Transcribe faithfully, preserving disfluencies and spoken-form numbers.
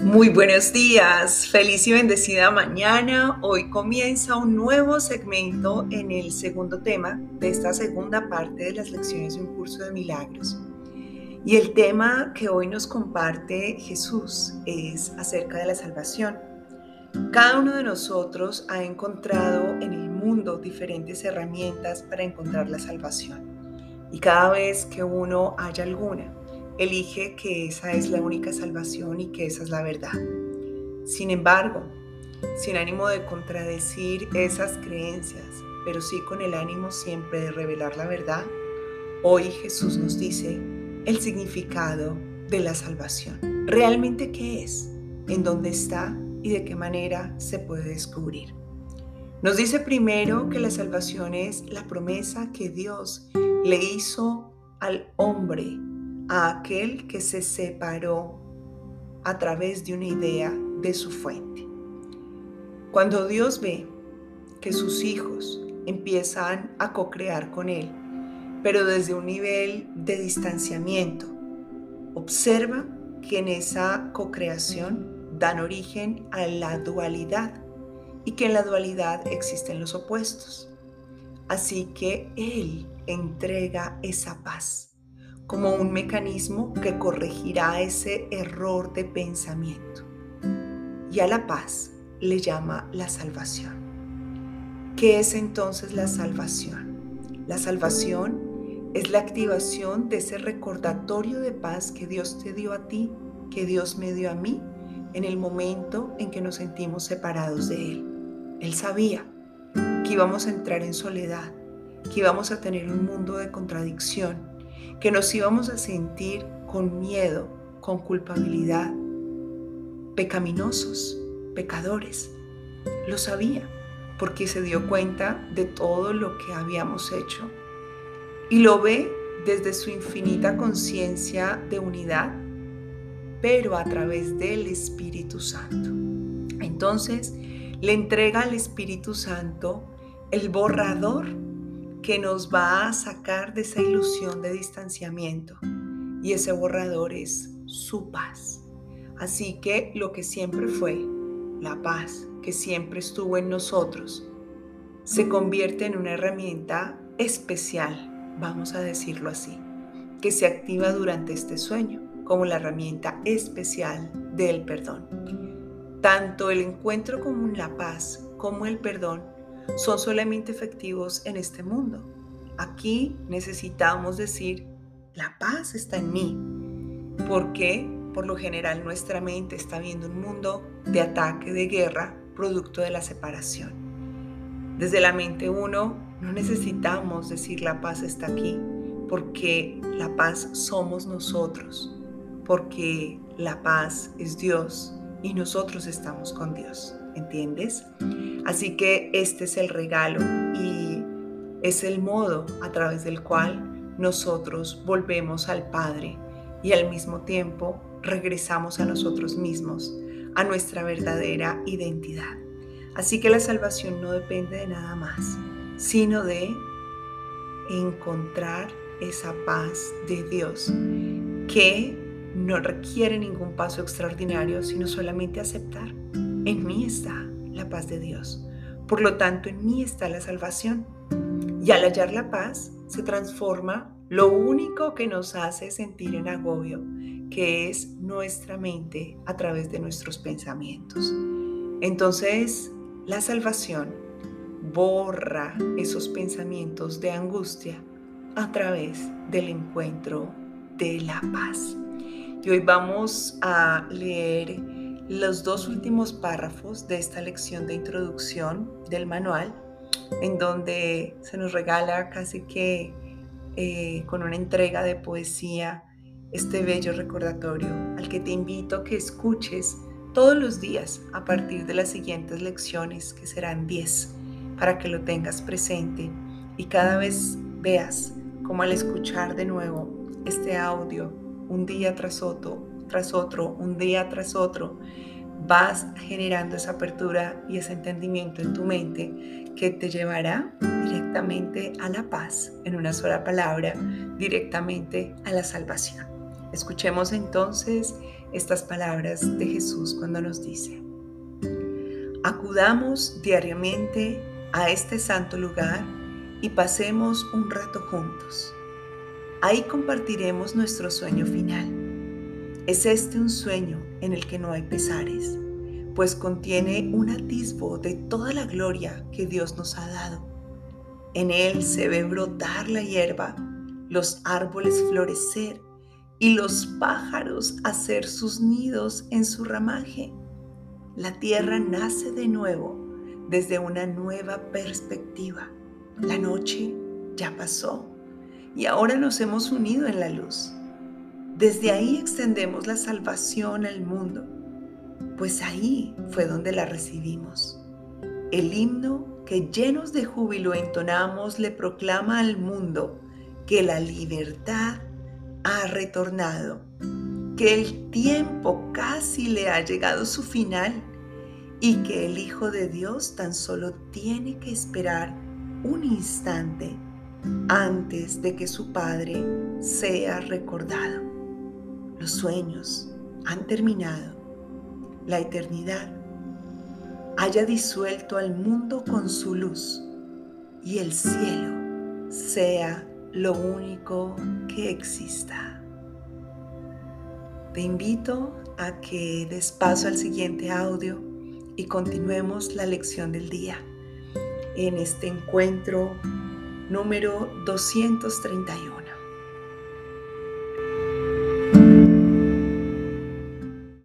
Muy buenos días, feliz y bendecida mañana. Hoy comienza un nuevo segmento en el segundo tema de esta segunda parte de las lecciones de un curso de milagros. Y el tema que hoy nos comparte Jesús es acerca de la salvación. Cada uno de nosotros ha encontrado en el mundo diferentes herramientas para encontrar la salvación. Y cada vez que uno haya alguna, elige que esa es la única salvación y que esa es la verdad. Sin embargo, sin ánimo de contradecir esas creencias, pero sí con el ánimo siempre de revelar la verdad, hoy Jesús nos dice el significado de la salvación. ¿Realmente qué es? ¿En dónde está? ¿Y de qué manera se puede descubrir? Nos dice primero que la salvación es la promesa que Dios le hizo al hombre, a aquel que se separó a través de una idea de su fuente. Cuando Dios ve que sus hijos empiezan a co-crear con Él, pero desde un nivel de distanciamiento, observa que en esa co-creación dan origen a la dualidad y que en la dualidad existen los opuestos. Así que Él entrega esa paz como un mecanismo que corregirá ese error de pensamiento. Y a la paz le llama la salvación. ¿Qué es entonces la salvación? La salvación es la activación de ese recordatorio de paz que Dios te dio a ti, que Dios me dio a mí, en el momento en que nos sentimos separados de Él. Él sabía que íbamos a entrar en soledad, que íbamos a tener un mundo de contradicción, que nos íbamos a sentir con miedo, con culpabilidad, pecaminosos, pecadores. Lo sabía porque se dio cuenta de todo lo que habíamos hecho y lo ve desde su infinita conciencia de unidad, pero a través del Espíritu Santo. Entonces le entrega al Espíritu Santo el borrador que nos va a sacar de esa ilusión de distanciamiento, y ese borrador es su paz. Así que lo que siempre fue la paz que siempre estuvo en nosotros se convierte en una herramienta especial, vamos a decirlo así, que se activa durante este sueño como la herramienta especial del perdón. Tanto el encuentro con la paz como el perdón son solamente efectivos en este mundo. Aquí necesitamos decir, la paz está en mí, porque por lo general nuestra mente está viendo un mundo de ataque, de guerra, producto de la separación. Desde la mente uno no necesitamos decir la paz está aquí, porque la paz somos nosotros, porque la paz es Dios y nosotros estamos con Dios, ¿entiendes? Así que este es el regalo y es el modo a través del cual nosotros volvemos al Padre y al mismo tiempo regresamos a nosotros mismos, a nuestra verdadera identidad. Así que la salvación no depende de nada más, sino de encontrar esa paz de Dios que no requiere ningún paso extraordinario, sino solamente aceptar. En mí está la paz de Dios. Por lo tanto, en mí está la salvación. Y al hallar la paz, se transforma lo único que nos hace sentir en agobio, que es nuestra mente a través de nuestros pensamientos. Entonces, la salvación borra esos pensamientos de angustia a través del encuentro de la paz. Y hoy vamos a leer los dos últimos párrafos de esta lección de introducción del manual, en donde se nos regala casi que eh, con una entrega de poesía este bello recordatorio al que te invito a que escuches todos los días a partir de las siguientes lecciones, que serán diez, para que lo tengas presente y cada vez veas cómo al escuchar de nuevo este audio un día tras otro, tras otro, un día tras otro, vas generando esa apertura y ese entendimiento en tu mente que te llevará directamente a la paz, en una sola palabra, directamente a la salvación. Escuchemos entonces estas palabras de Jesús cuando nos dice: acudamos diariamente a este santo lugar y pasemos un rato juntos. Ahí compartiremos nuestro sueño final. Es este un sueño en el que no hay pesares, pues contiene un atisbo de toda la gloria que Dios nos ha dado. En él se ve brotar la hierba, los árboles florecer y los pájaros hacer sus nidos en su ramaje. La tierra nace de nuevo desde una nueva perspectiva. La noche ya pasó y ahora nos hemos unido en la luz. Desde ahí extendemos la salvación al mundo, pues ahí fue donde la recibimos. El himno que llenos de júbilo entonamos le proclama al mundo que la libertad ha retornado, que el tiempo casi le ha llegado a su final y que el Hijo de Dios tan solo tiene que esperar un instante antes de que su Padre sea recordado. Los sueños han terminado. La eternidad haya disuelto al mundo con su luz y el cielo sea lo único que exista. Te invito a que des paso al siguiente audio y continuemos la lección del día en este encuentro número doscientos treinta y uno.